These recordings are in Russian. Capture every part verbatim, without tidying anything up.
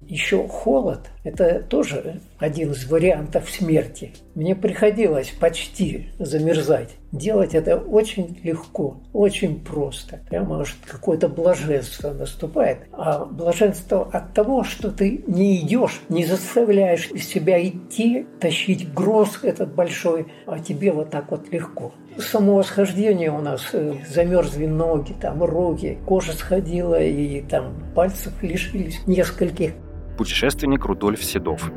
Еще холод – это тоже один из вариантов смерти. Мне приходилось почти замерзать. Делать это очень легко, очень просто. Прямо аж какое-то блаженство наступает. А блаженство от того, что ты не идешь, не заставляешь себя идти, тащить груз этот большой, а тебе вот так вот легко. Само восхождение у нас, замерзли ноги, там руки, кожа сходила, и там пальцев лишились нескольких. Путешественник Рудольф Седов.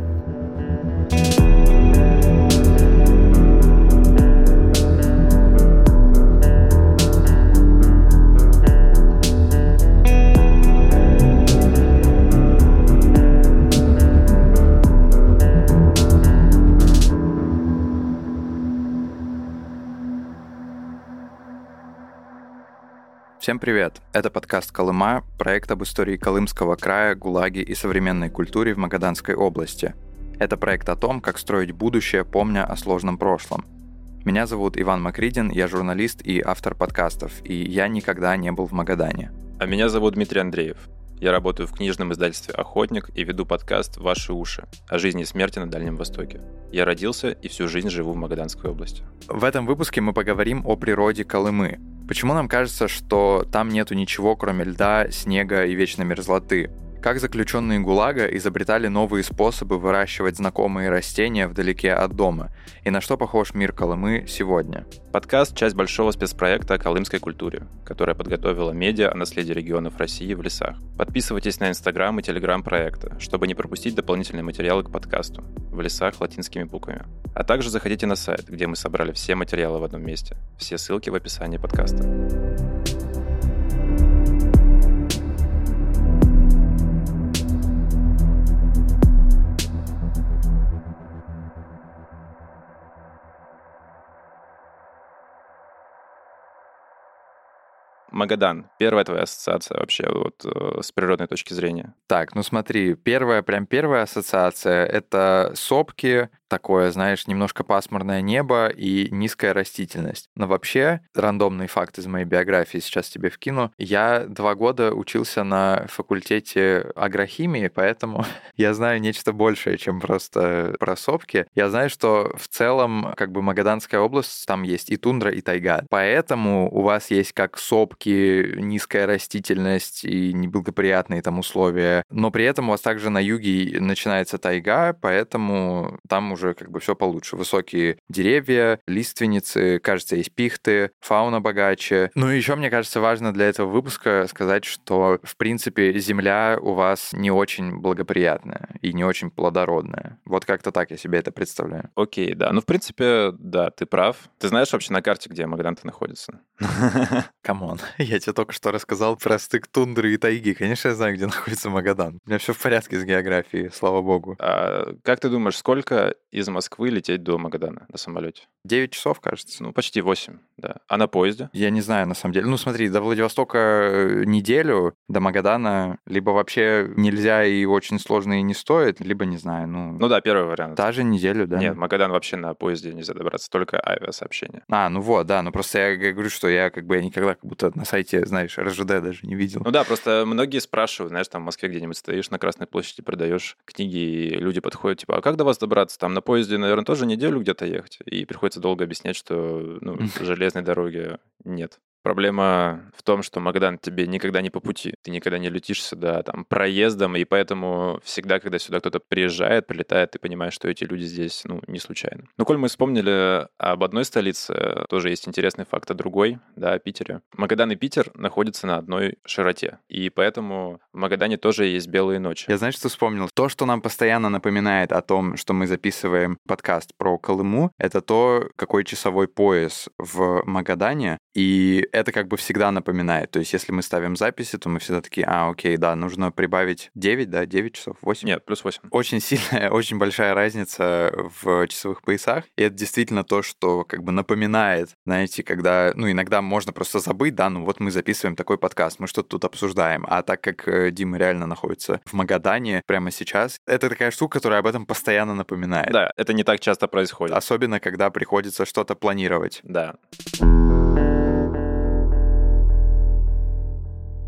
Всем привет! Это подкаст «Колыма», проект об истории Колымского края, ГУЛАГе и современной культуре в Магаданской области. Это проект о том, как строить будущее, помня о сложном прошлом. Меня зовут Иван Макридин, я журналист и автор подкастов, и я никогда не был в Магадане. А меня зовут Дмитрий Андреев. Я работаю в книжном издательстве «Охотник» и веду подкаст «Ваши уши» о жизни и смерти на Дальнем Востоке. Я родился и всю жизнь живу в Магаданской области. В этом выпуске мы поговорим о природе Колымы. Почему нам кажется, что там нету ничего, кроме льда, снега и вечной мерзлоты? Как заключенные ГУЛАГа изобретали новые способы выращивать знакомые растения вдалеке от дома? И на что похож мир Колымы сегодня? Подкаст — часть большого спецпроекта о колымской культуре, которая подготовила медиа о наследии регионов России в лесах. Подписывайтесь на Инстаграм и Телеграм проекта, чтобы не пропустить дополнительные материалы к подкасту «В лесах» латинскими буквами. А также заходите на сайт, где мы собрали все материалы в одном месте. Все ссылки в описании подкаста. Магадан. Первая твоя ассоциация вообще вот э, с природной точки зрения? Так, ну смотри, первая, прям первая ассоциация — это сопки, такое, знаешь, немножко пасмурное небо и низкая растительность. Но вообще, рандомный факт из моей биографии сейчас тебе вкину. Я два года учился на факультете агрохимии, поэтому я знаю нечто большее, чем просто про сопки. Я знаю, что в целом, как бы, Магаданская область, там есть и тундра, и тайга. Поэтому у вас есть как сопки, низкая растительность и неблагоприятные там условия. Но при этом у вас также на юге начинается тайга, поэтому там уже как бы все получше. Высокие деревья, лиственницы, кажется, есть пихты, фауна богаче. Ну и еще, мне кажется, важно для этого выпуска сказать, что, в принципе, земля у вас не очень благоприятная и не очень плодородная. Вот как-то так я себе это представляю. Окей, да. Ну, в принципе, да, ты прав. Ты знаешь вообще на карте, где Магадан-то находится? Камон, я тебе только что рассказал про стык тундры и тайги. Конечно, я знаю, где находится Магадан. У меня все в порядке с географией, слава богу. А как ты думаешь, сколько из Москвы лететь до Магадана на самолете? Девять часов, кажется. Ну, почти восемь, да. А на поезде? Я не знаю, на самом деле. Ну, смотри, до Владивостока неделю, до Магадана либо вообще нельзя и очень сложно и не стоит, либо, не знаю, ну... Ну да, первый вариант. Та же неделю, да? Нет, Магадан вообще на поезде нельзя добраться, только авиасообщение. А, ну вот, да, ну просто я говорю, что я как бы я никогда как будто на сайте, знаешь, эр жэ дэ даже не видел. Ну да, просто многие спрашивают, знаешь, там в Москве где-нибудь стоишь на Красной площади, продаешь книги, и люди подходят, типа, а как до вас добраться? Там на поезде, наверное, тоже неделю где-то ехать. И приходится долго объяснять, что ну, железной дороги нет. Проблема в том, что Магадан тебе никогда не по пути. Ты никогда не летишь сюда там проездом, и поэтому всегда, когда сюда кто-то приезжает, прилетает, ты понимаешь, что эти люди здесь, ну, не случайно. Но коль мы вспомнили об одной столице, тоже есть интересный факт о другой, да, о Питере. Магадан и Питер находятся на одной широте, и поэтому в Магадане тоже есть белые ночи. Я, знаешь, что вспомнил? То, что нам постоянно напоминает о том, что мы записываем подкаст про Колыму, это то, какой часовой пояс в Магадане, и это как бы всегда напоминает. То есть, если мы ставим записи, то мы всегда такие, а, окей, да, нужно прибавить девять, да, девять часов, восемь? Нет, плюс восемь. Очень сильная, очень большая разница в часовых поясах. И это действительно то, что как бы напоминает, знаете, когда, ну, иногда можно просто забыть, да, ну вот мы записываем такой подкаст, мы что-то тут обсуждаем. А так как Дима реально находится в Магадане прямо сейчас, это такая штука, которая об этом постоянно напоминает. Да, это не так часто происходит. Особенно, когда приходится что-то планировать. Да.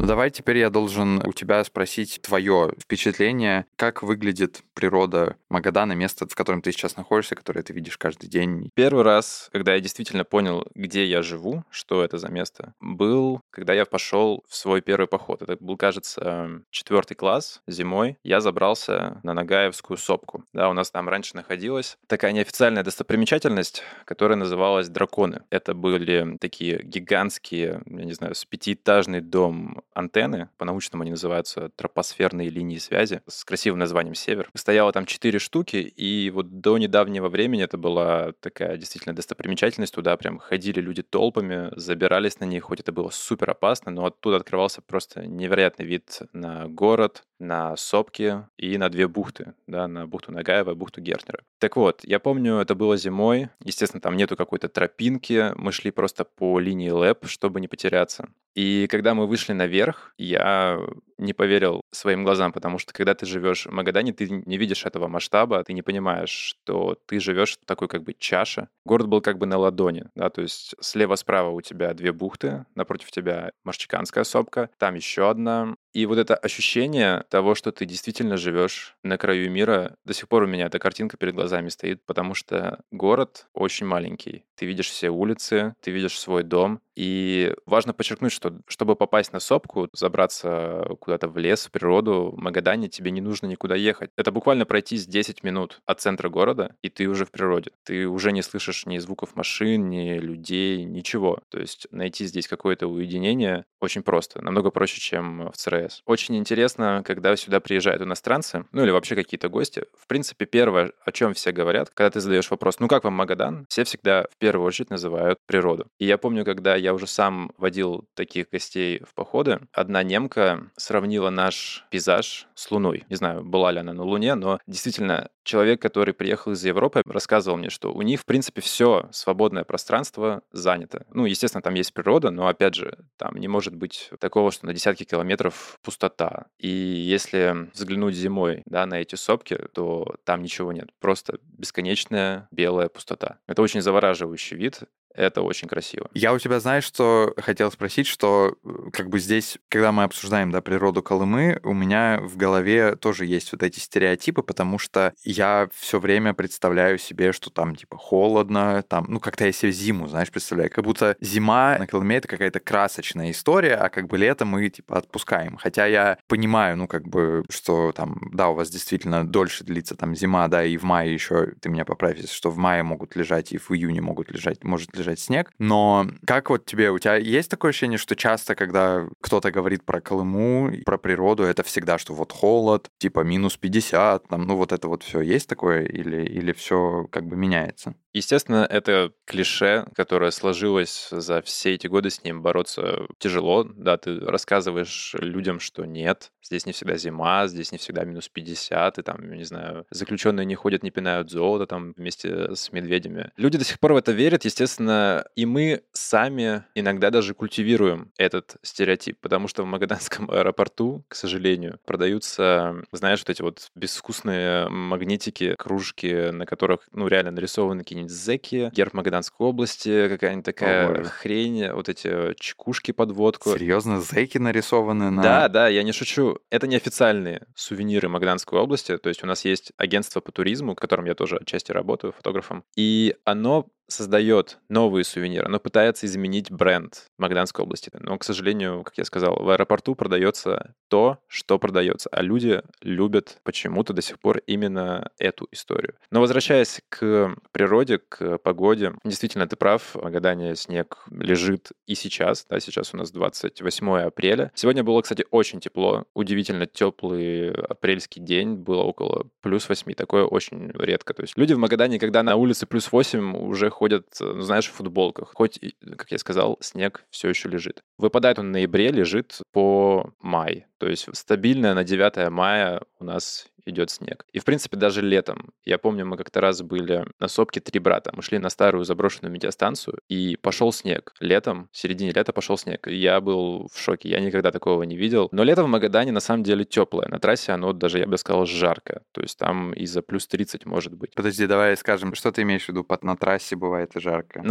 Ну, давай теперь я должен у тебя спросить твое впечатление, как выглядит природа Магадана, место, в котором ты сейчас находишься, которое ты видишь каждый день. Первый раз, когда я действительно понял, где я живу, что это за место, был, когда я пошел в свой первый поход. Это был, кажется, четвертый класс зимой. Я забрался на Нагаевскую сопку. Да, у нас там раньше находилась такая неофициальная достопримечательность, которая называлась Драконы. Это были такие гигантские, я не знаю, с пятиэтажный дом антенны, по-научному они называются тропосферные линии связи, с красивым названием «Север». Стояло там четыре штуки, и вот до недавнего времени это была такая действительно достопримечательность. Туда прям ходили люди толпами, забирались на них, хоть это было супер опасно, но оттуда открывался просто невероятный вид на город, на сопки и на две бухты, да, на бухту Нагаева и бухту Гертнера. Так вот, я помню, это было зимой, естественно, там нету какой-то тропинки, мы шли просто по линии ЛЭП, чтобы не потеряться. И когда мы вышли наверх, я не поверил своим глазам, потому что когда ты живешь в Магадане, ты не видишь этого масштаба, ты не понимаешь, что ты живешь в такой как бы чаше. Город был как бы на ладони, да, то есть слева-справа у тебя две бухты, напротив тебя Марчиканская сопка, там еще одна. И вот это ощущение того, что ты действительно живешь на краю мира, до сих пор у меня эта картинка перед глазами стоит, потому что город очень маленький. Ты видишь все улицы, ты видишь свой дом. И важно подчеркнуть, что чтобы попасть на сопку, забраться куда-то в лес, в природу, в Магадане тебе не нужно никуда ехать. Это буквально пройтись десять минут от центра города, и ты уже в природе. Ты уже не слышишь ни звуков машин, ни людей, ничего. То есть найти здесь какое-то уединение очень просто, намного проще, чем в ЦРС. Очень интересно, когда сюда приезжают иностранцы, ну или вообще какие-то гости. В принципе, первое, о чем все говорят, когда ты задаешь вопрос, ну как вам Магадан, все всегда в первую очередь называют природу. И я помню, когда я уже сам водил таких гостей в походы, одна немка сравнила наш пейзаж с Луной. Не знаю, была ли она на Луне, но действительно человек, который приехал из Европы, рассказывал мне, что у них, в принципе, все свободное пространство занято. Ну, естественно, там есть природа, но, опять же, там не может быть такого, что на десятки километров пустота. И если взглянуть зимой, да, на эти сопки, то там ничего нет. Просто бесконечная белая пустота. Это очень завораживающий вид. Это очень красиво. Я у тебя, знаешь, что хотел спросить, что как бы здесь, когда мы обсуждаем, да, природу Колымы, у меня в голове тоже есть вот эти стереотипы, потому что я все время представляю себе, что там типа холодно, там, ну, как-то я себе зиму, знаешь, представляю, как будто зима на Колыме — это какая-то красочная история, а как бы лето мы типа отпускаем. Хотя я понимаю, ну, как бы, что там, да, у вас действительно дольше длится там зима, да, и в мае еще, ты меня поправь, что в мае могут лежать, и в июне могут лежать, может лежать снег. Но как вот тебе, у тебя есть такое ощущение, что часто, когда кто-то говорит про Колыму, про природу, это всегда, что вот холод, типа минус пятьдесят, там, ну вот это вот все есть такое, или, или все как бы меняется? Естественно, это клише, которое сложилось за все эти годы, с ним бороться тяжело. Да, ты рассказываешь людям, что нет, здесь не всегда зима, здесь не всегда минус пятьдесят, и там, не знаю, заключенные не ходят, не пинают золото там вместе с медведями. Люди до сих пор в это верят, естественно, и мы сами иногда даже культивируем этот стереотип, потому что в Магаданском аэропорту, к сожалению, продаются, знаешь, вот эти вот безвкусные магнитики, кружки, на которых, ну, реально нарисованы какие-нибудь зэки, герб Магаданской области, какая-нибудь такая Ой. хрень, вот эти чекушки под водку. Серьезно, зэки нарисованы на... Да, да, я не шучу. Это неофициальные сувениры Магаданской области. То есть у нас есть агентство по туризму, в котором я тоже отчасти работаю фотографом. И оно создает новые сувениры, оно пытается изменить бренд Магаданской области. Но, к сожалению, как я сказал, в аэропорту продается то, что продается, а люди любят почему-то до сих пор именно эту историю. Но возвращаясь к природе, к погоде, действительно, ты прав, в Магадане снег лежит и сейчас, да, сейчас у нас двадцать восьмое апреля. Сегодня было, кстати, очень тепло, удивительно теплый апрельский день, было около плюс восьми, такое очень редко. То есть люди в Магадане, когда на улице плюс восемь, уже ходят, ну, знаешь, в футболках. Хоть, как я сказал, снег все еще лежит. Выпадает он в ноябре, лежит по май. То есть стабильно на девятое мая у нас идет снег. И, в принципе, даже летом. Я помню, мы как-то раз были на сопке «Три брата». Мы шли на старую заброшенную метеостанцию, и пошел снег. Летом, в середине лета пошел снег. И я был в шоке. Я никогда такого не видел. Но лето в Магадане на самом деле теплое. На трассе оно даже, я бы сказал, жарко. То есть там и за плюс тридцать может быть. Подожди, давай скажем, что ты имеешь в виду, под на трассе бывает и жарко? Ну,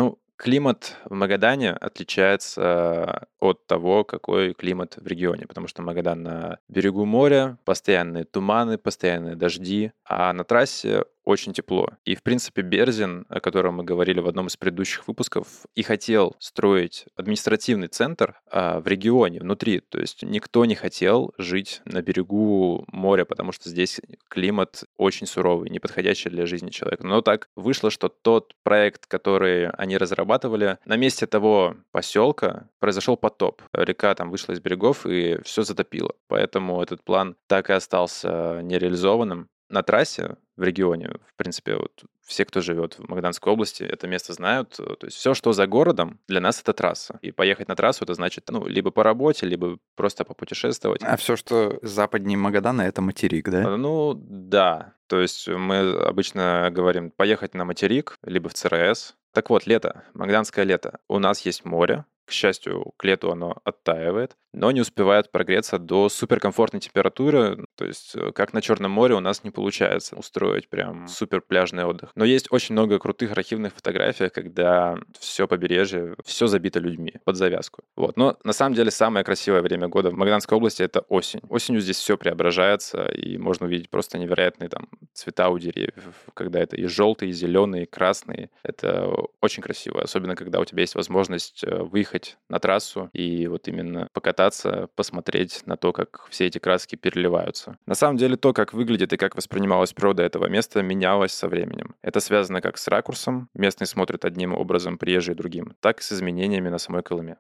Климат в Магадане отличается от того, какой климат в регионе, потому что Магадан на берегу моря, постоянные туманы, постоянные дожди, а на трассе очень тепло. И, в принципе, Берзин, о котором мы говорили в одном из предыдущих выпусков, и хотел строить административный центр а, в регионе, внутри. То есть никто не хотел жить на берегу моря, потому что здесь климат очень суровый, неподходящий для жизни человека. Но так вышло, что тот проект, который они разрабатывали, на месте того поселка произошел потоп. Река там вышла из берегов и все затопило. Поэтому этот план так и остался нереализованным. На трассе в регионе, в принципе, вот все, кто живет в Магаданской области, это место знают. То есть все, что за городом, для нас это трасса. И поехать на трассу, это значит, ну, либо по работе, либо просто попутешествовать. А все, что западнее Магадана, это материк, да? Ну, да. То есть мы обычно говорим поехать на материк, либо в ЦРС. Так вот, лето, магаданское лето. У нас есть море. К счастью, к лету оно оттаивает, но не успевает прогреться до суперкомфортной температуры. То есть, как на Черном море, у нас не получается устроить прям супер пляжный отдых. Но есть очень много крутых архивных фотографий, когда все побережье, все забито людьми под завязку. Вот. Но на самом деле самое красивое время года в Магаданской области — это осень. Осенью здесь все преображается, и можно увидеть просто невероятные там цвета у деревьев, когда это и желтые, и зеленые, и красные. Это очень красиво, особенно когда у тебя есть возможность выехать на трассу и вот именно покататься, посмотреть на то, как все эти краски переливаются. На самом деле то, как выглядит и как воспринималась природа этого места, менялось со временем. Это связано как с ракурсом, местные смотрят одним образом, приезжие другим, так и с изменениями на самой Колыме.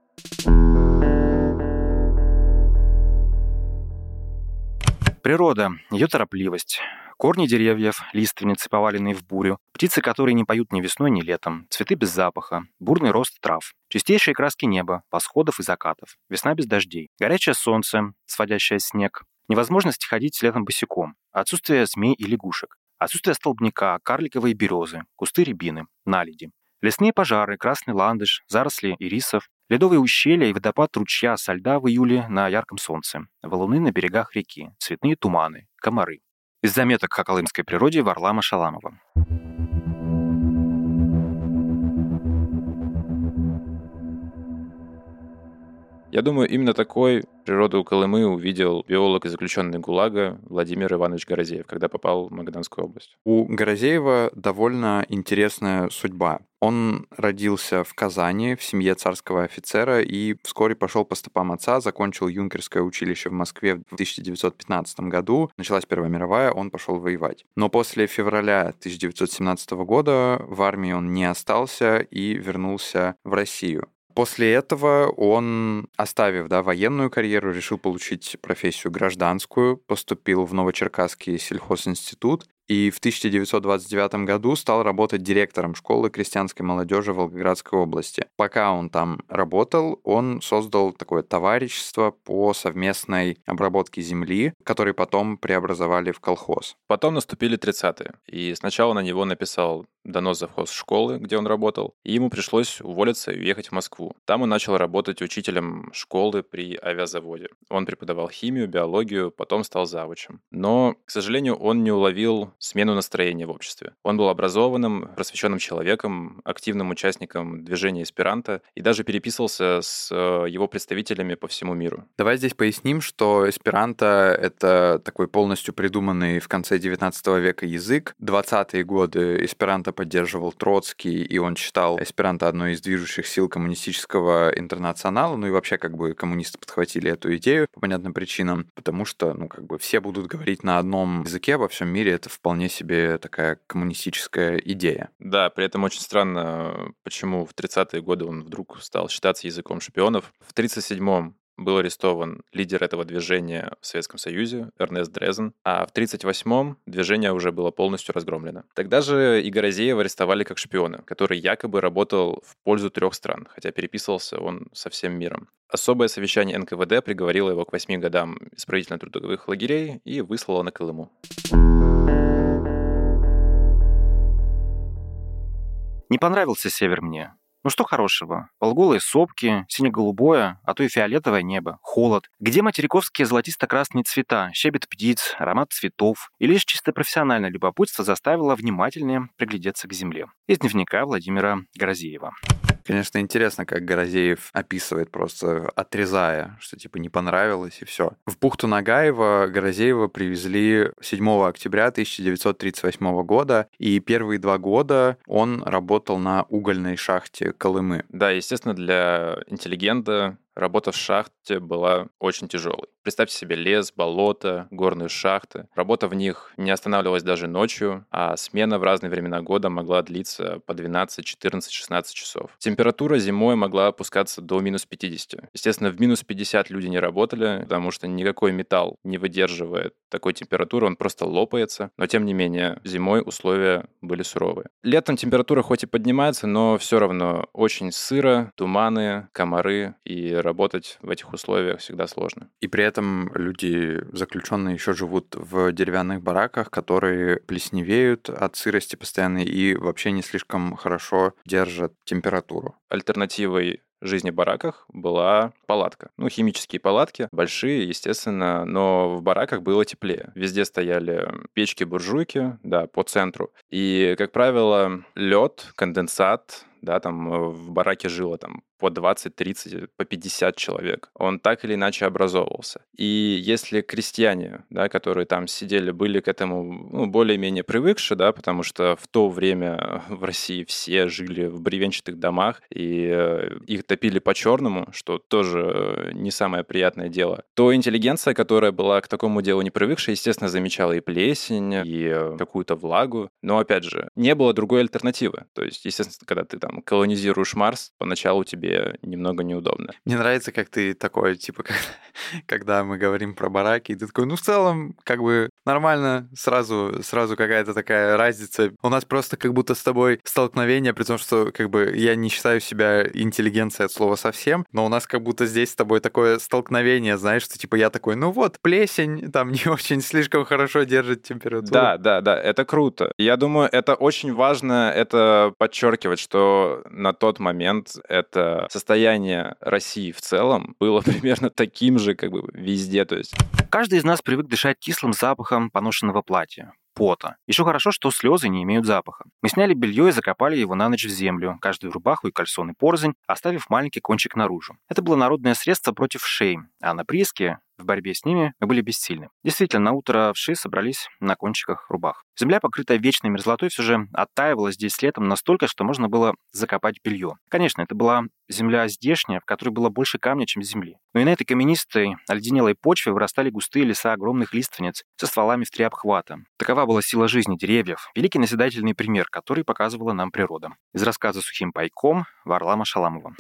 Природа, ее торопливость. Корни деревьев, лиственницы, поваленные в бурю, птицы, которые не поют ни весной, ни летом, цветы без запаха, бурный рост трав, чистейшие краски неба, восходов и закатов, весна без дождей, горячее солнце, сводящее снег, невозможность ходить летом босиком, отсутствие змей и лягушек, отсутствие столбняка, карликовые березы, кусты рябины, наледи, лесные пожары, красный ландыш, заросли ирисов, ледовые ущелья и водопад ручья со льда в июле на ярком солнце, валуны на берегах реки, цветные туманы, комары. Из заметок о колымской природе Варлама Шаламова. Я думаю, именно такой природу Колымы увидел биолог и заключенный ГУЛАГа Владимир Иванович Горозеев, когда попал в Магаданскую область. У Горозеева довольно интересная судьба. Он родился в Казани в семье царского офицера и вскоре пошел по стопам отца, закончил юнкерское училище в Москве в тысяча девятьсот пятнадцатом году. Началась Первая мировая, он пошел воевать. Но после февраля тысяча девятьсот семнадцатого года в армии он не остался и вернулся в Россию. После этого он, оставив да, военную карьеру, решил получить профессию гражданскую, поступил в Новочеркасский сельхозинститут и в тысяча девятьсот двадцать девятом году стал работать директором школы крестьянской молодежи Волгоградской области. Пока он там работал, он создал такое товарищество по совместной обработке земли, который потом преобразовали в колхоз. Потом наступили тридцатые, и сначала на него написал донос завхоз школы, где он работал, и ему пришлось уволиться и уехать в Москву. Там он начал работать учителем школы при авиазаводе. Он преподавал химию, биологию, потом стал завучем. Но, к сожалению, он не уловил смену настроения в обществе. Он был образованным, просвещенным человеком, активным участником движения эсперанто и даже переписывался с его представителями по всему миру. Давай здесь поясним, что эсперанто — это такой полностью придуманный в конце девятнадцатого века язык. двадцатые годы эсперанто поддерживал Троцкий, и он считал эсперанто одной из движущих сил коммунистического интернационала. Ну и вообще как бы коммунисты подхватили эту идею по понятным причинам, потому что ну как бы все будут говорить на одном языке во всем мире. Это вполне себе такая коммунистическая идея. Да, при этом очень странно, почему в тридцатые годы он вдруг стал считаться языком шпионов. В тридцать седьмом был арестован лидер этого движения в Советском Союзе, Эрнест Дрезен, а в тридцать восьмом движение уже было полностью разгромлено. Тогда же и Горозеева арестовали как шпиона, который якобы работал в пользу трех стран, хотя переписывался он со всем миром. Особое совещание эн ка вэ дэ приговорило его к восьми годам исправительно-трудовых лагерей и выслало на Колыму. Не понравился север мне. Ну что хорошего? Полуголые сопки, сине-голубое, а то и фиолетовое небо, холод. Где материковские золотисто-красные цвета, щебет птиц, аромат цветов? И лишь чисто профессиональное любопытство заставило внимательнее приглядеться к земле. Из дневника Владимира Горозеева. Конечно, интересно, как Горозеев описывает, просто отрезая, что типа не понравилось и все. В бухту Нагаева Горозеева привезли седьмого октября тысяча девятьсот тридцать восьмого года, и первые два года он работал на угольной шахте Колымы. Да, естественно, для интеллигента работа в шахте была очень тяжелой. Представьте себе лес, болото, горные шахты. Работа в них не останавливалась даже ночью, а смена в разные времена года могла длиться по двенадцать, четырнадцать, шестнадцать часов. Температура зимой могла опускаться до минус пятьдесят. Естественно, в минус пятьдесят люди не работали, потому что никакой металл не выдерживает такой температуры, он просто лопается. Но, тем не менее, зимой условия были суровые. Летом температура хоть и поднимается, но все равно очень сыро, туманы, комары, и работать в этих условиях всегда сложно. И при этом люди, заключенные, еще живут в деревянных бараках, которые плесневеют от сырости постоянной и вообще не слишком хорошо держат температуру. Альтернативой жизни в бараках была палатка. Ну, химические палатки, большие, естественно, но в бараках было теплее. Везде стояли печки-буржуйки, да, по центру. И, как правило, лед, конденсат, да, там в бараке жило там по двадцать, тридцать, по пятьдесят человек. Он так или иначе образовывался. И если крестьяне, да, которые там сидели, были к этому ну, более-менее привыкши, да, потому что в то время в России все жили в бревенчатых домах, и их топили по-черному, что тоже не самое приятное дело, то интеллигенция, которая была к такому делу не привыкшая, естественно, замечала и плесень, и какую-то влагу. Но, опять же, не было другой альтернативы. То есть, естественно, когда ты там колонизируешь Марс, поначалу тебе немного неудобно. Мне нравится, как ты такой, типа, когда мы говорим про бараки, и ты такой, ну, в целом, как бы нормально, сразу, сразу какая-то такая разница. У нас просто как будто с тобой столкновение, при том, что как бы я не считаю себя интеллигенцией от слова совсем, но у нас как будто здесь с тобой такое столкновение, знаешь, что типа я такой, ну вот, плесень там не очень слишком хорошо держит температуру. Да, да, да, это круто. Я думаю, это очень важно, это подчеркивать, что на тот момент это состояние России в целом было примерно таким же, как бы везде, то есть. Каждый из нас привык дышать кислым запахом поношенного платья, пота. Еще хорошо, что слезы не имеют запаха. Мы сняли белье и закопали его на ночь в землю, каждую рубаху и кальсоны порознь, оставив маленький кончик наружу. Это было народное средство против вшей, а на прииске в борьбе с ними мы были бессильны. Действительно, на утро вши собрались на кончиках рубах. Земля, покрытая вечной мерзлотой, все же оттаивала здесь летом настолько, что можно было закопать белье. Конечно, это была земля здешняя, в которой было больше камня, чем земли. Но и на этой каменистой, оледенелой почве вырастали густые леса огромных лиственниц со стволами в три обхвата. Такова была сила жизни деревьев, великий назидательный пример, который показывала нам природа. Из рассказа «Сухим пайком» Варлама Шаламова.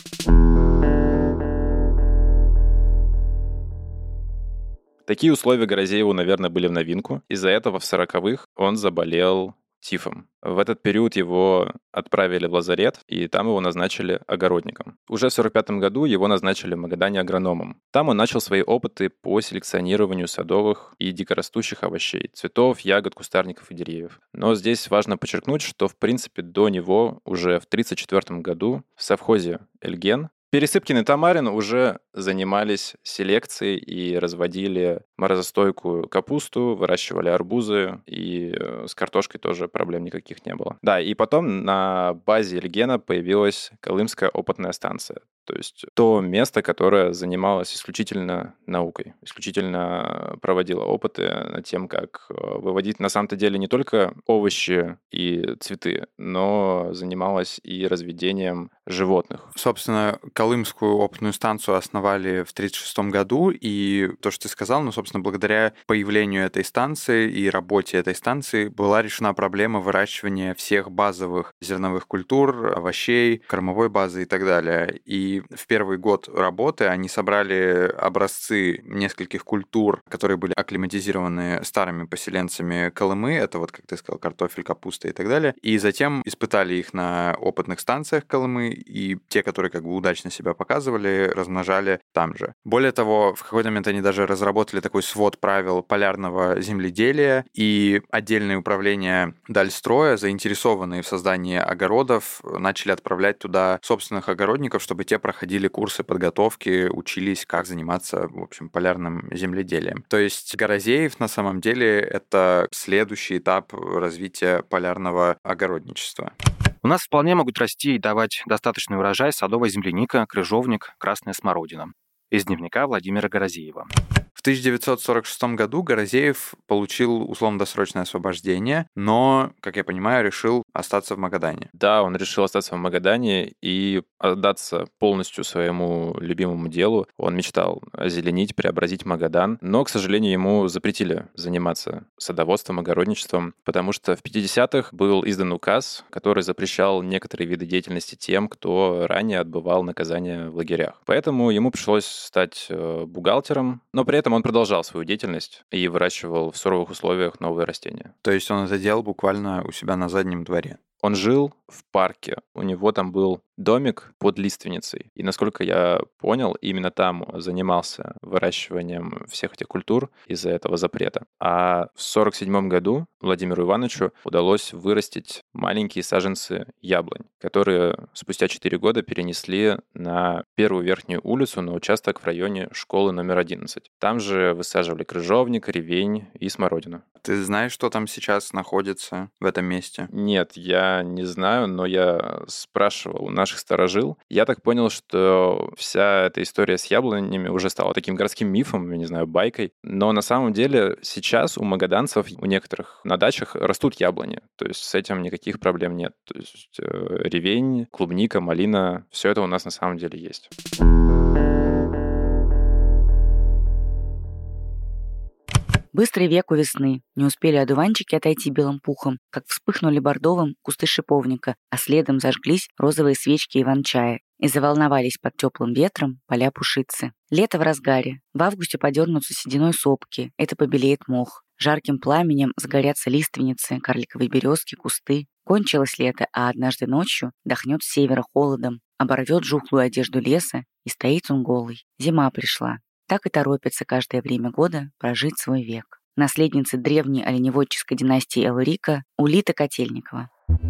Такие условия Горозееву, наверное, были в новинку. Из-за этого в сороковых он заболел тифом. В этот период его отправили в лазарет, и там его назначили огородником. Уже в сорок пятом году его назначили в Магадане агрономом. Там он начал свои опыты по селекционированию садовых и дикорастущих овощей, цветов, ягод, кустарников и деревьев. Но здесь важно подчеркнуть, что, в принципе, до него уже в тридцать четвёртом году в совхозе «Эльген» Пересыпкин и Тамарин уже занимались селекцией и разводили морозостойкую капусту, выращивали арбузы, и с картошкой тоже проблем никаких не было. Да, и потом на базе Эльгена появилась Колымская опытная станция. То есть то место, которое занималось исключительно наукой, исключительно проводило опыты над тем, как выводить на самом-то деле не только овощи и цветы, но занималось и разведением животных. Собственно, Колымскую опытную станцию основали в тридцать шестом году, и то, что ты сказал, ну, собственно, благодаря появлению этой станции и работе этой станции была решена проблема выращивания всех базовых зерновых культур, овощей, кормовой базы и так далее. И в первый год работы они собрали образцы нескольких культур, которые были акклиматизированы старыми поселенцами Колымы, это вот, как ты сказал, картофель, капуста и так далее, и затем испытали их на опытных станциях Колымы, и те, которые как бы удачно себя показывали, размножали там же. Более того, в какой-то момент они даже разработали такой свод правил полярного земледелия, и отдельные управления Дальстроя, заинтересованные в создании огородов, начали отправлять туда собственных огородников, чтобы те проходили курсы подготовки, учились, как заниматься, в общем, полярным земледелием. То есть Горозеев на самом деле это следующий этап развития полярного огородничества. У нас вполне могут расти и давать достаточный урожай садовая земляника, крыжовник, красная смородина. Из дневника Владимира Горозеева. В тысяча девятьсот сорок шестом году Горозеев получил условно-досрочное освобождение, но, как я понимаю, решил остаться в Магадане. Да, он решил остаться в Магадане и отдаться полностью своему любимому делу. Он мечтал озеленить, преобразить Магадан, но, к сожалению, ему запретили заниматься садоводством, огородничеством, потому что в пятидесятых был издан указ, который запрещал некоторые виды деятельности тем, кто ранее отбывал наказание в лагерях. Поэтому ему пришлось стать бухгалтером, но при этом он продолжал свою деятельность и выращивал в суровых условиях новые растения. То есть он это делал буквально у себя на заднем дворе? Он жил в парке. У него там был домик под лиственницей. И, насколько я понял, именно там занимался выращиванием всех этих культур из-за этого запрета. А в сорок седьмом году Владимиру Ивановичу удалось вырастить маленькие саженцы яблонь, которые спустя четыре года перенесли на первую верхнюю улицу на участок в районе школы номер одиннадцать. Там же высаживали крыжовник, ревень и смородину. Ты знаешь, что там сейчас находится в этом месте? Нет, я не знаю, но я спрашивал у наших старожил. Я так понял, что вся эта история с яблонями уже стала таким городским мифом, я не знаю, байкой. Но на самом деле сейчас у магаданцев, у некоторых на дачах растут яблони. То есть с этим никаких проблем нет. То есть э, ревень, клубника, малина, все это у нас на самом деле есть. Быстрый век у весны. Не успели одуванчики отойти белым пухом, как вспыхнули бордовым кусты шиповника, а следом зажглись розовые свечки иван-чая и заволновались под теплым ветром поля пушицы. Лето в разгаре. В августе подернутся сединой сопки. Это побелеет мох. Жарким пламенем загорятся лиственницы, карликовые березки, кусты. Кончилось лето, а однажды ночью дохнет с севера холодом, оборвет жухлую одежду леса, и стоит он голый. Зима пришла. Так и торопится каждое время года прожить свой век. Наследница древней оленеводческой династии Элрика Улита Котельникова.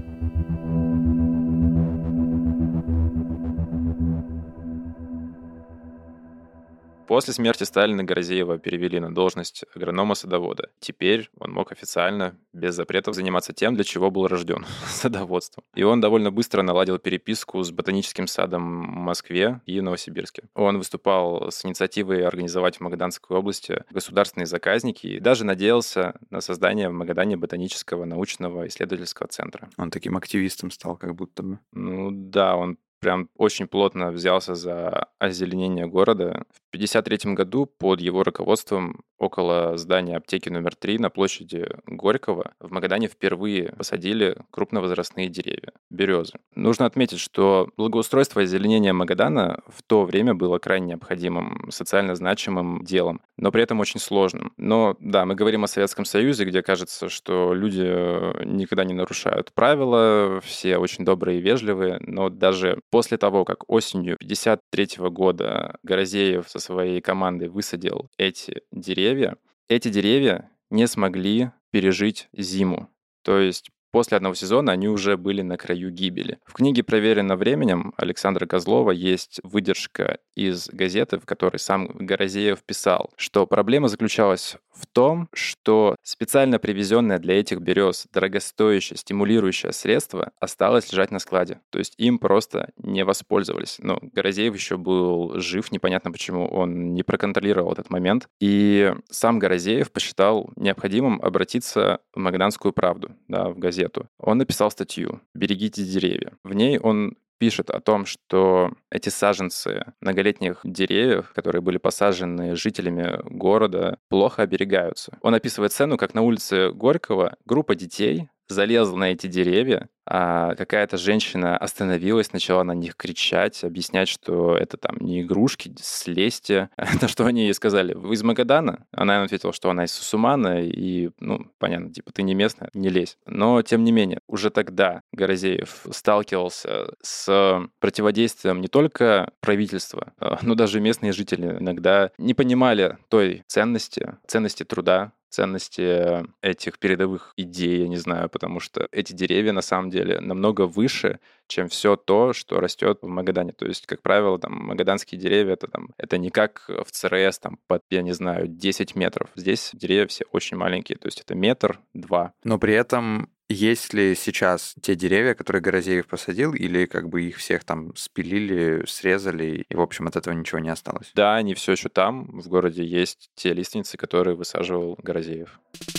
После смерти Сталина Горозеева перевели на должность агронома-садовода. Теперь он мог официально, без запретов, заниматься тем, для чего был рожден — садоводством. И он довольно быстро наладил переписку с ботаническим садом в Москве и Новосибирске. Он выступал с инициативой организовать в Магаданской области государственные заказники и даже надеялся на создание в Магадане ботанического научного исследовательского центра. Он таким активистом стал, как будто бы. Ну да, он прям очень плотно взялся за озеленение города. В пятьдесят третьем году под его руководством около здания аптеки номер три на площади Горького в Магадане впервые посадили крупновозрастные деревья — березы. Нужно отметить, что благоустройство и озеленение Магадана в то время было крайне необходимым, социально значимым делом, но при этом очень сложным. Но да, мы говорим о Советском Союзе, где кажется, что люди никогда не нарушают правила, все очень добрые и вежливые, но даже после того, как осенью пятьдесят третьего года Горозеев со своей командой высадил эти деревья, эти деревья не смогли пережить зиму. То есть после одного сезона они уже были на краю гибели. В книге «Проверено временем» Александра Козлова есть выдержка из газеты, в которой сам Горозеев писал, что проблема заключалась в том, что специально привезенное для этих берез дорогостоящее стимулирующее средство осталось лежать на складе. То есть им просто не воспользовались. Но Горозеев еще был жив, непонятно почему он не проконтролировал этот момент. И сам Горозеев посчитал необходимым обратиться в «Магаданскую правду», да, в газету. Он написал статью «Берегите деревья». В ней он пишет о том, что эти саженцы многолетних деревьев, которые были посажены жителями города, плохо оберегаются. Он описывает сцену, как на улице Горького группа детей залезла на эти деревья, а какая-то женщина остановилась, начала на них кричать, объяснять, что это там не игрушки, слезьте. На что они ей сказали: «Вы из Магадана?» Она им ответила, что она из Сусумана, и, ну, понятно, типа, ты не местная, не лезь. Но, тем не менее, уже тогда Горозеев сталкивался с противодействием не только правительства, но даже местные жители иногда не понимали той ценности, ценности труда, ценности этих передовых идей, я не знаю, потому что эти деревья на самом деле намного выше, чем все то, что растет в Магадане. То есть, как правило, там магаданские деревья это там это не как в ЦРС там под, я не знаю, десять метров. Здесь деревья все очень маленькие, то есть это метр-два. Но при этом есть ли сейчас те деревья, которые Горозеев посадил, или как бы их всех там спилили, срезали, и, в общем, от этого ничего не осталось? Да, они все еще там. В городе есть те лиственницы, которые высаживал Горозеев.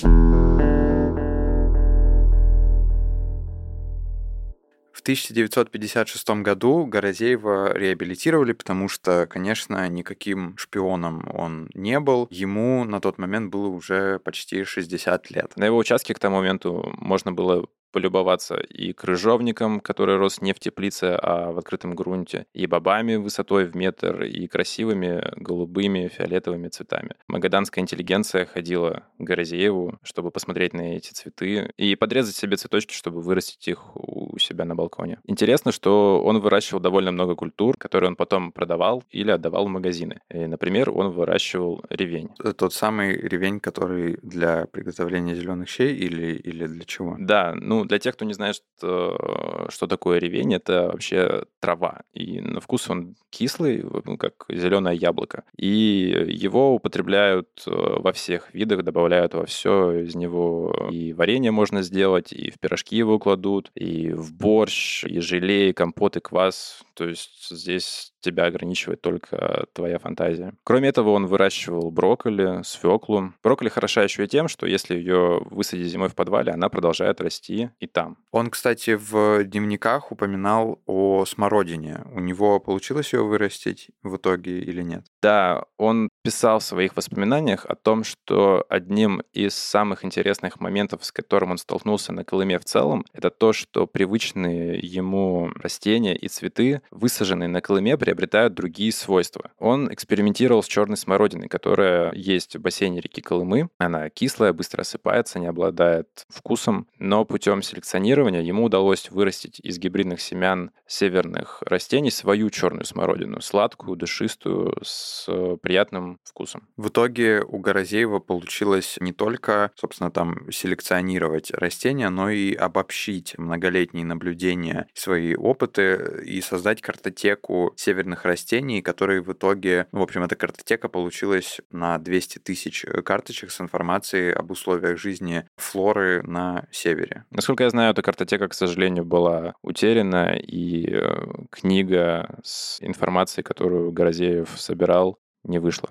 В тысяча девятьсот пятьдесят шестом году Горозеева реабилитировали, потому что, конечно, никаким шпионом он не был. Ему на тот момент было уже почти шестьдесят лет. На его участке к тому моменту можно было полюбоваться и крыжовником, который рос не в теплице, а в открытом грунте, и бобами высотой в метр, и красивыми голубыми, фиолетовыми цветами. Магаданская интеллигенция ходила к Горозееву, чтобы посмотреть на эти цветы и подрезать себе цветочки, чтобы вырастить их у себя на балконе. Интересно, что он выращивал довольно много культур, которые он потом продавал или отдавал в магазины. И, например, он выращивал ревень. Тот самый ревень, который для приготовления зеленых щей или, или для чего? Да, ну, для тех, кто не знает, что, что такое ревень, это вообще трава. И на вкус он кислый, ну, как зеленое яблоко. И его употребляют во всех видах, добавляют во все из него. И варенье можно сделать, и в пирожки его кладут, и в борщ, и желе, и компот, и квас. То есть здесь тебя ограничивает только твоя фантазия. Кроме этого, он выращивал брокколи, свеклу. Брокколи хороша еще и тем, что если ее высадить зимой в подвале, она продолжает расти и там. Он, кстати, в дневниках упоминал о смородине. У него получилось ее вырастить в итоге или нет? Да, он писал в своих воспоминаниях о том, что одним из самых интересных моментов, с которым он столкнулся на Колыме в целом, это то, что привычные ему растения и цветы, высаженные на Колыме, приобретают другие свойства. Он экспериментировал с черной смородиной, которая есть в бассейне реки Колымы. Она кислая, быстро осыпается, не обладает вкусом, но путем селекционирования ему удалось вырастить из гибридных семян северных растений свою черную смородину, сладкую, душистую, с приятным вкусом. В итоге у Горозеева получилось не только, собственно, там селекционировать растения, но и обобщить многолетние наблюдения, свои опыты и создать картотеку северных растений, которые в итоге, в общем, эта картотека получилась на двести тысяч карточек с информацией об условиях жизни флоры на севере. Насколько я знаю, эта картотека, к сожалению, была утеряна, и книга с информацией, которую Горозеев собирал, не вышла.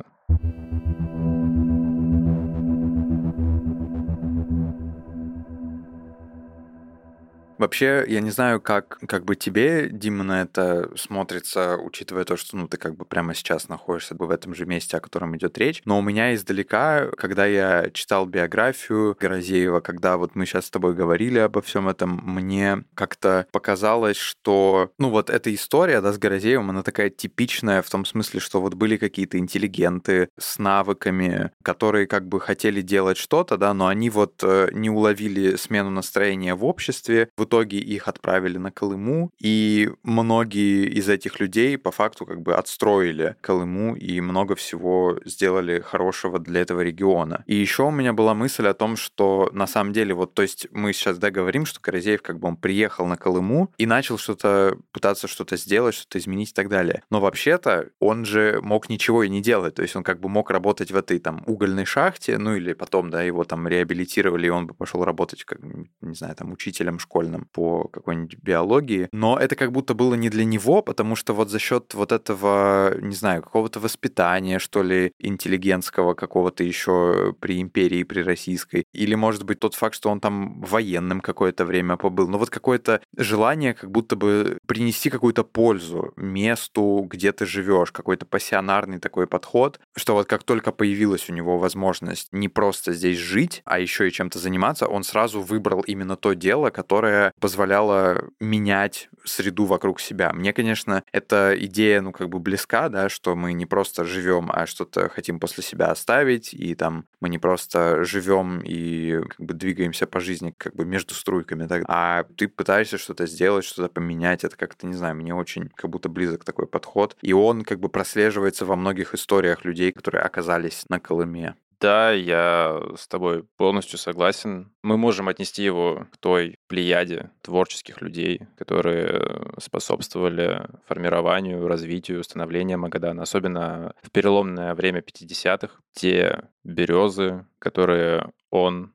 Вообще, я не знаю, как, как бы тебе, Дима, на это смотрится, учитывая то, что ну, ты как бы прямо сейчас находишься в этом же месте, о котором идет речь. Но у меня издалека, когда я читал биографию Горозеева, когда вот мы сейчас с тобой говорили обо всем этом, мне как-то показалось, что ну вот эта история, да, с Горозеевым, она такая типичная в том смысле, что вот были какие-то интеллигенты с навыками, которые как бы хотели делать что-то, да, но они вот не уловили смену настроения в обществе. В итоге их отправили на Колыму, и многие из этих людей по факту как бы отстроили Колыму и много всего сделали хорошего для этого региона. И еще у меня была мысль о том, что на самом деле, вот, то есть мы сейчас, да, говорим, что Горозеев как бы он приехал на Колыму и начал что-то, пытаться что-то сделать, что-то изменить и так далее. Но вообще-то он же мог ничего и не делать, то есть он как бы мог работать в этой там угольной шахте, ну или потом, да, его там реабилитировали, и он бы пошел работать, как, не знаю, там учителем школьным по какой-нибудь биологии, но это как будто было не для него, потому что вот за счет вот этого, не знаю, какого-то воспитания, что ли, интеллигентского какого-то еще при империи, при российской, или, может быть, тот факт, что он там военным какое-то время побыл, но вот какое-то желание как будто бы принести какую-то пользу месту, где ты живешь, какой-то пассионарный такой подход, что вот как только появилась у него возможность не просто здесь жить, а еще и чем-то заниматься, он сразу выбрал именно то дело, которое позволяло менять среду вокруг себя. Мне, конечно, эта идея, ну, как бы близка, да, что мы не просто живем, а что-то хотим после себя оставить, и там мы не просто живем и как бы двигаемся по жизни как бы между струйками, так, а ты пытаешься что-то сделать, что-то поменять, это как-то, не знаю, мне очень как будто близок такой подход, и он как бы прослеживается во многих историях людей, которые оказались на Колыме. Да, я с тобой полностью согласен. Мы можем отнести его к той плеяде творческих людей, которые способствовали формированию, развитию, становлению Магадана, особенно в переломное время пятидесятых. Те березы, которые он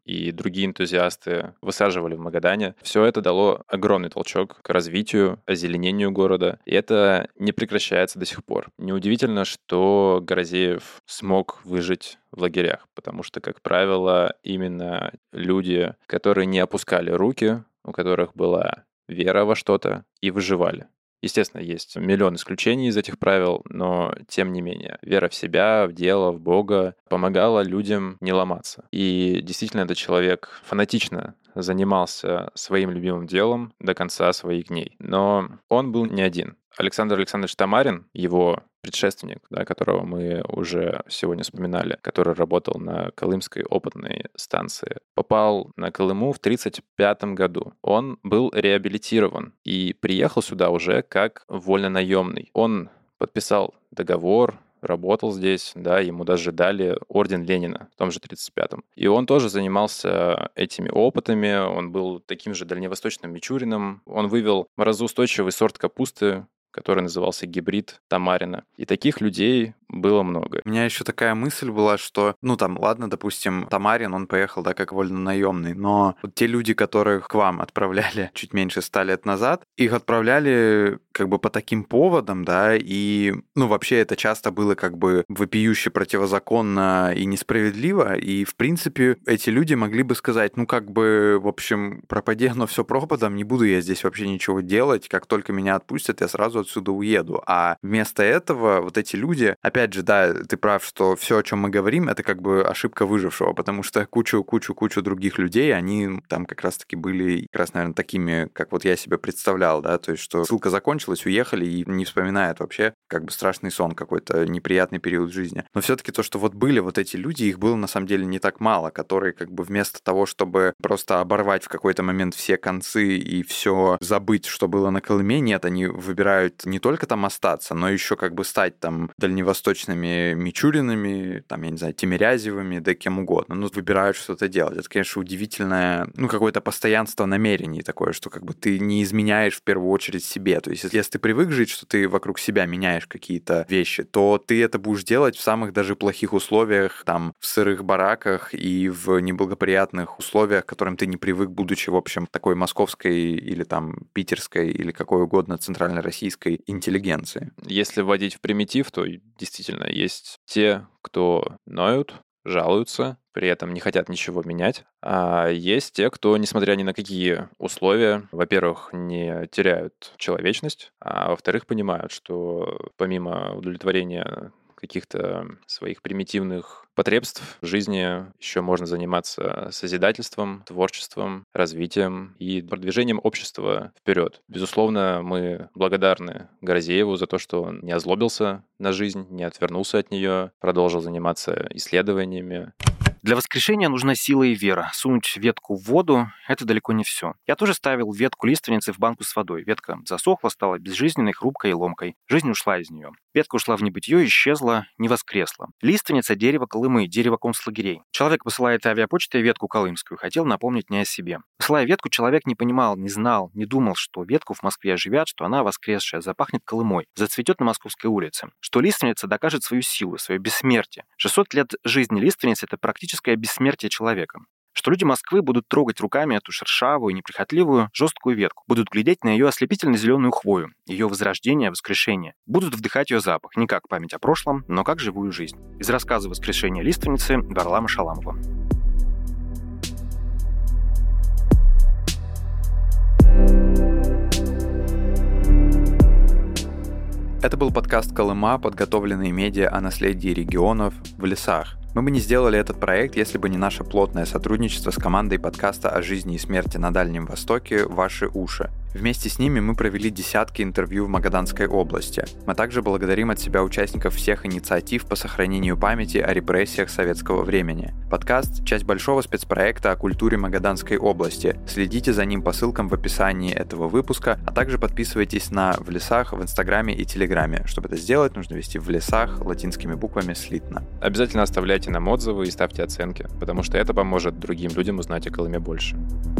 и другие энтузиасты высаживали в Магадане, все это дало огромный толчок к развитию, озеленению города, и это не прекращается до сих пор. Неудивительно, что Горазеев смог выжить в лагерях, потому что, как правило, именно люди, которые не опускали руки, у которых была вера во что-то, и выживали. Естественно, есть миллион исключений из этих правил, но тем не менее, вера в себя, в дело, в Бога помогала людям не ломаться. И действительно, этот человек фанатично занимался своим любимым делом до конца своих дней. Но он был не один. Александр Александрович Тамарин, его предшественник, да, которого мы уже сегодня вспоминали, который работал на Колымской опытной станции, попал на Колыму в тридцать пятом году. Он был реабилитирован и приехал сюда уже как вольнонаемный. Он подписал договор, работал здесь, да, ему даже дали орден Ленина в том же тридцать пятом. И он тоже занимался этими опытами, он был таким же дальневосточным Мичурином, он вывел морозоустойчивый сорт капусты, который назывался гибрид Тамарина. И таких людей было много. У меня еще такая мысль была, что, ну там, ладно, допустим, Тамарин, он поехал, да, как вольнонаемный, но вот те люди, которых к вам отправляли чуть меньше ста лет назад, их отправляли как бы по таким поводам, да, и, ну, вообще это часто было как бы вопиюще противозаконно и несправедливо, и, в принципе, эти люди могли бы сказать, ну, как бы, в общем, пропади оно все пропадом, не буду я здесь вообще ничего делать, как только меня отпустят, я сразу отсюда уеду. А вместо этого вот эти люди, опять же, да, ты прав, что все, о чем мы говорим, это как бы ошибка выжившего, потому что кучу-кучу-кучу других людей, они там как раз-таки были, как раз, наверное, такими, как вот я себе представлял, да, то есть что ссылка закончилась, уехали и не вспоминают вообще как бы страшный сон, какой-то неприятный период жизни. Но все-таки то, что вот были вот эти люди, их было на самом деле не так мало, которые как бы вместо того, чтобы просто оборвать в какой-то момент все концы и все забыть, что было на Колыме, нет, они выбирают не только там остаться, но еще как бы стать там дальневосточными Мичуринами, там, я не знаю, Тимирязевыми, да кем угодно. Ну, выбирают что-то делать. Это, конечно, удивительное, ну, какое-то постоянство намерений такое, что как бы ты не изменяешь в первую очередь себе. То есть, если ты привык жить, что ты вокруг себя меняешь какие-то вещи, то ты это будешь делать в самых даже плохих условиях, там, в сырых бараках и в неблагоприятных условиях, к которым ты не привык, будучи, в общем, такой московской или там питерской или какой угодно центральнороссийской интеллигенции. Если вводить в примитив, то действительно есть те, кто ноют, жалуются, при этом не хотят ничего менять. А есть те, кто, несмотря ни на какие условия, во-первых, не теряют человечность, а во-вторых, понимают, что помимо удовлетворения каких-то своих примитивных потребств в жизни еще можно заниматься созидательством, творчеством, развитием и продвижением общества вперед. Безусловно, мы благодарны Горазееву за то, что он не озлобился на жизнь, не отвернулся от нее, продолжил заниматься исследованиями. Для воскрешения нужна сила и вера. Сунуть ветку в воду – это далеко не все. Я тоже ставил ветку лиственницы в банку с водой. Ветка засохла, стала безжизненной, хрупкой и ломкой. Жизнь ушла из нее. Ветка ушла в небытие, исчезла, не воскресла. Лиственница – дерево Колымы, дерево концлагерей. Человек посылает авиапочтой ветку колымскую, хотел напомнить не о себе. Посылая ветку, человек не понимал, не знал, не думал, что ветку в Москве оживят, что она воскресшая, запахнет Колымой, зацветет на Московской улице, что лиственница докажет свою силу, свое бессмертие. шестьсот лет жизни лиственницы – это практически бессмертие человека. Что люди Москвы будут трогать руками эту шершавую, неприхотливую, жесткую ветку, будут глядеть на ее ослепительно-зеленую хвою, ее возрождение, воскрешение, будут вдыхать ее запах, не как память о прошлом, но как живую жизнь. Из рассказа «Воскрешение лиственницы» Варлама Шаламова. Это был подкаст «Колыма», подготовленный медиа о наследии регионов в лесах. Мы бы не сделали этот проект, если бы не наше плотное сотрудничество с командой подкаста о жизни и смерти на Дальнем Востоке «Ваши уши». Вместе с ними мы провели десятки интервью в Магаданской области. Мы также благодарим от себя участников всех инициатив по сохранению памяти о репрессиях советского времени. Подкаст – часть большого спецпроекта о культуре Магаданской области. Следите за ним по ссылкам в описании этого выпуска, а также подписывайтесь на «В лесах» в Инстаграме и Телеграме. Чтобы это сделать, нужно ввести «В лесах» латинскими буквами слитно. Обязательно оставляйте нам отзывы и ставьте оценки, потому что это поможет другим людям узнать о Колыме больше.